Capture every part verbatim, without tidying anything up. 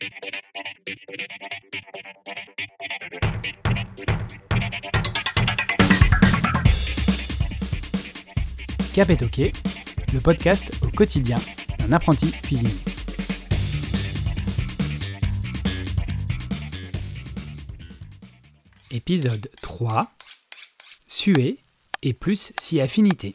Cap est OK, le podcast au quotidien d'un apprenti cuisinier. Épisode trois. Suer et plus si affinité.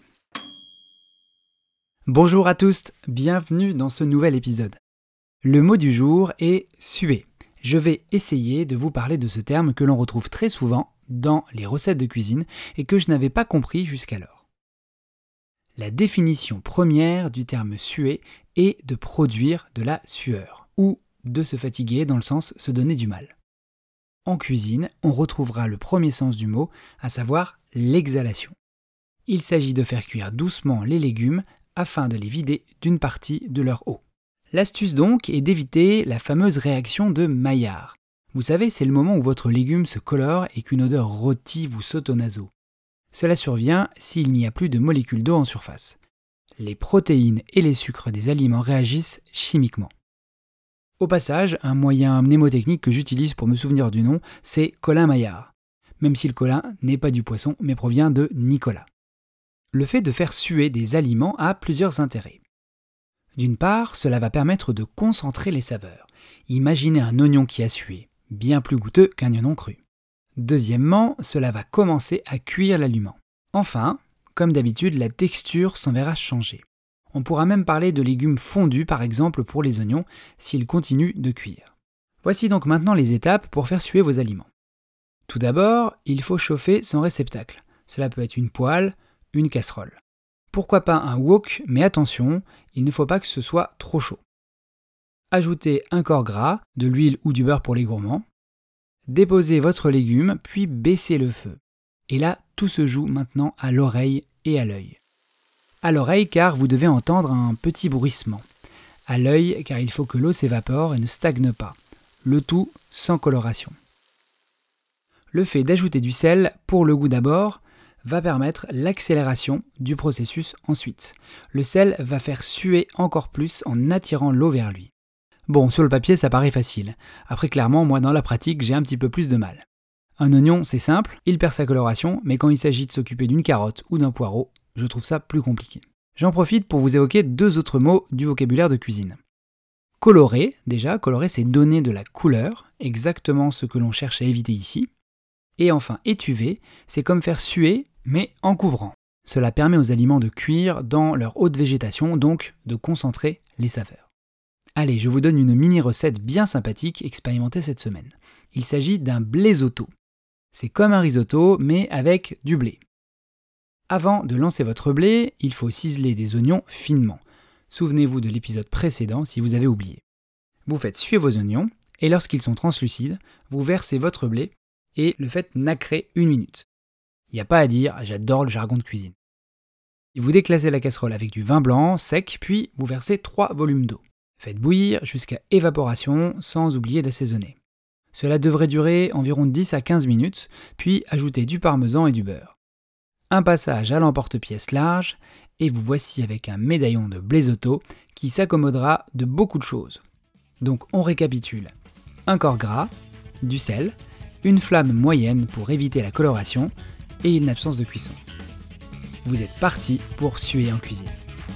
Bonjour à tous, bienvenue dans ce nouvel épisode. Le mot du jour est suer. Je vais essayer de vous parler de ce terme que l'on retrouve très souvent dans les recettes de cuisine et que je n'avais pas compris jusqu'alors. La définition première du terme suer est de produire de la sueur, ou de se fatiguer dans le sens se donner du mal. En cuisine, on retrouvera le premier sens du mot, à savoir l'exhalation. Il s'agit de faire cuire doucement les légumes afin de les vider d'une partie de leur eau. L'astuce donc est d'éviter la fameuse réaction de Maillard. Vous savez, c'est le moment où votre légume se colore et qu'une odeur rôtie vous saute aux naseaux. Cela survient s'il n'y a plus de molécules d'eau en surface. Les protéines et les sucres des aliments réagissent chimiquement. Au passage, un moyen mnémotechnique que j'utilise pour me souvenir du nom, c'est Colin-Maillard, même si le Colin n'est pas du poisson mais provient de Nicolas. Le fait de faire suer des aliments a plusieurs intérêts. D'une part, cela va permettre de concentrer les saveurs. Imaginez un oignon qui a sué, bien plus goûteux qu'un oignon cru. Deuxièmement, cela va commencer à cuire l'aliment. Enfin, comme d'habitude, la texture s'en verra changer. On pourra même parler de légumes fondus par exemple pour les oignons s'ils continuent de cuire. Voici donc maintenant les étapes pour faire suer vos aliments. Tout d'abord, il faut chauffer son réceptacle. Cela peut être une poêle, une casserole. Pourquoi pas un wok, mais attention, il ne faut pas que ce soit trop chaud. Ajoutez un corps gras, de l'huile ou du beurre pour les gourmands. Déposez votre légume, puis baissez le feu. Et là, tout se joue maintenant à l'oreille et à l'œil. À l'oreille car vous devez entendre un petit bruissement. À l'œil car il faut que l'eau s'évapore et ne stagne pas. Le tout sans coloration. Le fait d'ajouter du sel, pour le goût d'abord, va permettre l'accélération du processus ensuite. Le sel va faire suer encore plus en attirant l'eau vers lui. Bon, sur le papier, ça paraît facile. Après, clairement, moi, dans la pratique, j'ai un petit peu plus de mal. Un oignon, c'est simple, il perd sa coloration, mais quand il s'agit de s'occuper d'une carotte ou d'un poireau, je trouve ça plus compliqué. J'en profite pour vous évoquer deux autres mots du vocabulaire de cuisine. Colorer, déjà, colorer, c'est donner de la couleur, exactement ce que l'on cherche à éviter ici. Et enfin, étuver, c'est comme faire suer, mais en couvrant. Cela permet aux aliments de cuire dans leur haute végétation, donc de concentrer les saveurs. Allez, je vous donne une mini-recette bien sympathique expérimentée cette semaine. Il s'agit d'un blésotto. C'est comme un risotto, mais avec du blé. Avant de lancer votre blé, il faut ciseler des oignons finement. Souvenez-vous de l'épisode précédent si vous avez oublié. Vous faites suer vos oignons, et lorsqu'ils sont translucides, vous versez votre blé et le faites nacrer une minute. Il n'y a pas à dire, j'adore le jargon de cuisine. Vous déclassez la casserole avec du vin blanc sec, puis vous versez trois volumes d'eau. Faites bouillir jusqu'à évaporation sans oublier d'assaisonner. Cela devrait durer environ dix à quinze minutes, puis ajoutez du parmesan et du beurre. Un passage à l'emporte-pièce large, et vous voici avec un médaillon de blésotto qui s'accommodera de beaucoup de choses. Donc on récapitule. Un corps gras, du sel, une flamme moyenne pour éviter la coloration et une absence de cuisson. Vous êtes parti pour suer en cuisine.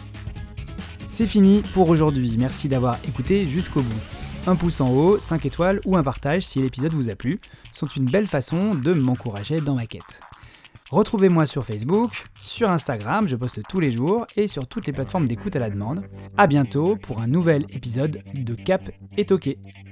C'est fini pour aujourd'hui, merci d'avoir écouté jusqu'au bout. Un pouce en haut, cinq étoiles ou un partage si l'épisode vous a plu sont une belle façon de m'encourager dans ma quête. Retrouvez-moi sur Facebook, sur Instagram, je poste tous les jours et sur toutes les plateformes d'écoute à la demande. À bientôt pour un nouvel épisode de Cap est OK.